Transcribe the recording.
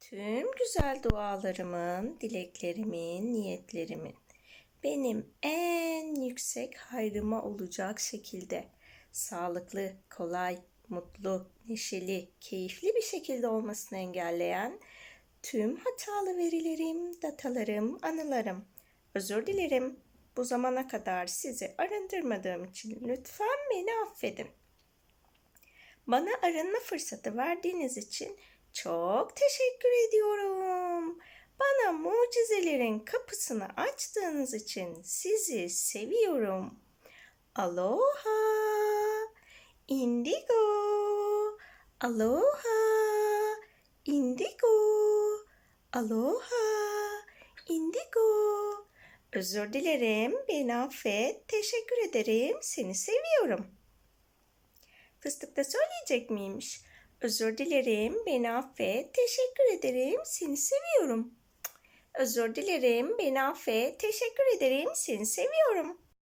Tüm güzel dualarımın, dileklerimin, niyetlerimin benim en yüksek hayrıma olacak şekilde sağlıklı, kolay, mutlu, neşeli, keyifli bir şekilde olmasını engelleyen tüm hatalı verilerim, datalarım, anılarım. Özür dilerim. Bu zamana kadar sizi arındırmadığım için lütfen beni affedin. Bana arınma fırsatı verdiğiniz için çok teşekkür ediyorum. Bana mucizelerin kapısını açtığınız için sizi seviyorum. Aloha, indigo, aloha, indigo, aloha, indigo. Özür dilerim, beni affet, teşekkür ederim, seni seviyorum. Fıstık da söyleyecek miymiş? Özür dilerim, beni affet, teşekkür ederim, seni seviyorum. Özür dilerim, beni affet, teşekkür ederim, seni seviyorum.